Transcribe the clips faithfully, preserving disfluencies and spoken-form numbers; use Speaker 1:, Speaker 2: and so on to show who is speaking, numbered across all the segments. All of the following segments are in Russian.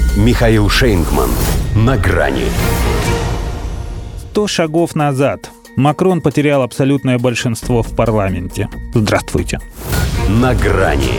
Speaker 1: Михаил Шейнгман. На грани.
Speaker 2: Сто шагов назад. Макрон потерял абсолютное большинство в парламенте. Здравствуйте.
Speaker 1: На грани.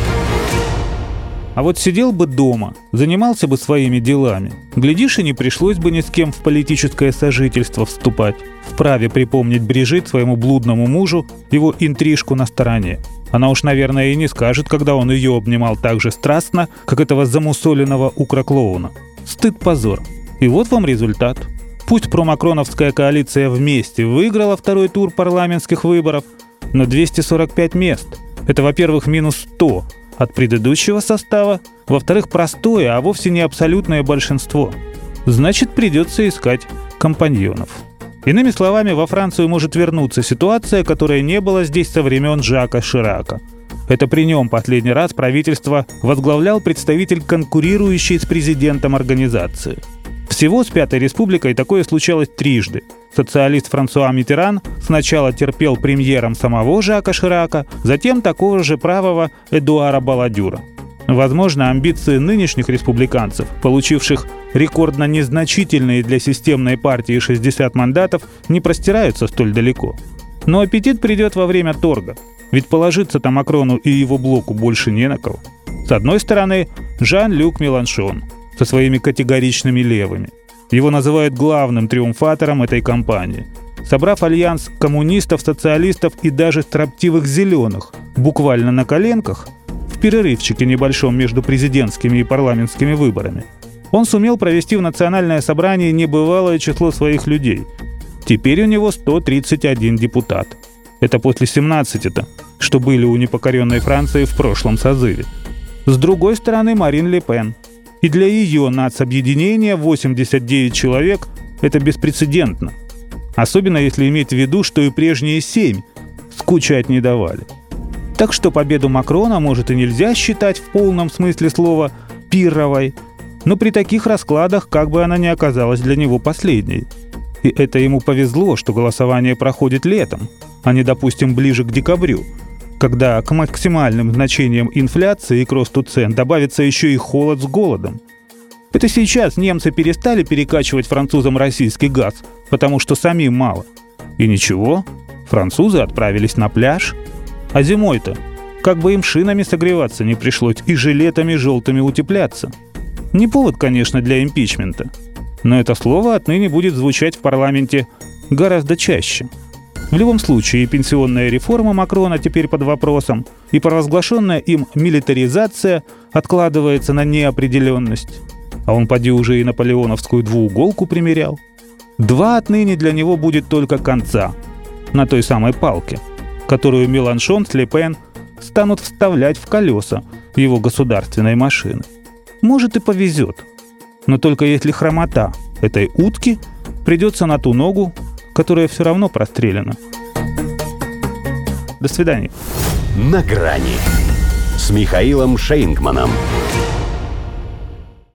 Speaker 2: А вот сидел бы дома, занимался бы своими делами. Глядишь, и не пришлось бы ни с кем в политическое сожительство вступать. Вправе припомнить Брижит, своему блудному мужу, его интрижку на стороне. Она уж, наверное, и не скажет, когда он ее обнимал так же страстно, как этого замусоленного укроклоуна. Стыд-позор. И вот вам результат. Пусть промакроновская коалиция вместе выиграла второй тур парламентских выборов, но двести сорок пять мест. Это, во-первых, минус сто от предыдущего состава, во-вторых, простое, а вовсе не абсолютное большинство. Значит, придется искать компаньонов. Иными словами, во Францию может вернуться ситуация, которая не была здесь со времен Жака Ширака. Это при нем последний раз правительство возглавлял представитель конкурирующей с президентом организации. Всего с Пятой Республикой такое случалось трижды. Социалист Франсуа Миттеран сначала терпел премьером самого Жака Ширака, затем такого же правого Эдуара Баладюра. Возможно, амбиции нынешних республиканцев, получивших рекордно незначительные для системной партии шестьдесят мандатов, не простираются столь далеко. Но аппетит придет во время торга, ведь положиться-то Макрону и его блоку больше не на кого. С одной стороны, Жан-Люк Меланшон со своими категоричными левыми. Его называют главным триумфатором этой кампании. Собрав альянс коммунистов, социалистов и даже строптивых зеленых буквально на коленках, в перерывчике небольшом между президентскими и парламентскими выборами, он сумел провести в национальное собрание небывалое число своих людей. Теперь у него сто тридцать один депутат. Это после семнадцати-то, что были у непокоренной Франции в прошлом созыве. С другой стороны, Марин Ле Пен. И для ее нацобъединения восемьдесят девять человек – это беспрецедентно. Особенно если иметь в виду, что и прежние семь скучать не давали. Так что победу Макрона, может, и нельзя считать в полном смысле слова «пирровой», но при таких раскладах как бы она ни оказалась для него последней. И это ему повезло, что голосование проходит летом, а не, допустим, ближе к декабрю, когда к максимальным значениям инфляции и к росту цен добавится еще и холод с голодом. Это сейчас немцы перестали перекачивать французам российский газ, потому что самим мало. И ничего, французы отправились на пляж. А зимой-то как бы им шинами согреваться не пришлось и жилетами желтыми утепляться. Не повод, конечно, для импичмента, но это слово отныне будет звучать в парламенте гораздо чаще. В любом случае, и пенсионная реформа Макрона теперь под вопросом, и провозглашенная им милитаризация откладывается на неопределенность. А он поди уже и наполеоновскую двууголку примерял. Два отныне для него будет только конца на той самой палке, которую Меланшон с Ле Пен станут вставлять в колеса его государственной машины. Может, и повезет, но только если хромота этой утки придется на ту ногу, которая все равно прострелена. До свидания.
Speaker 1: На грани с Михаилом Шейнгманом.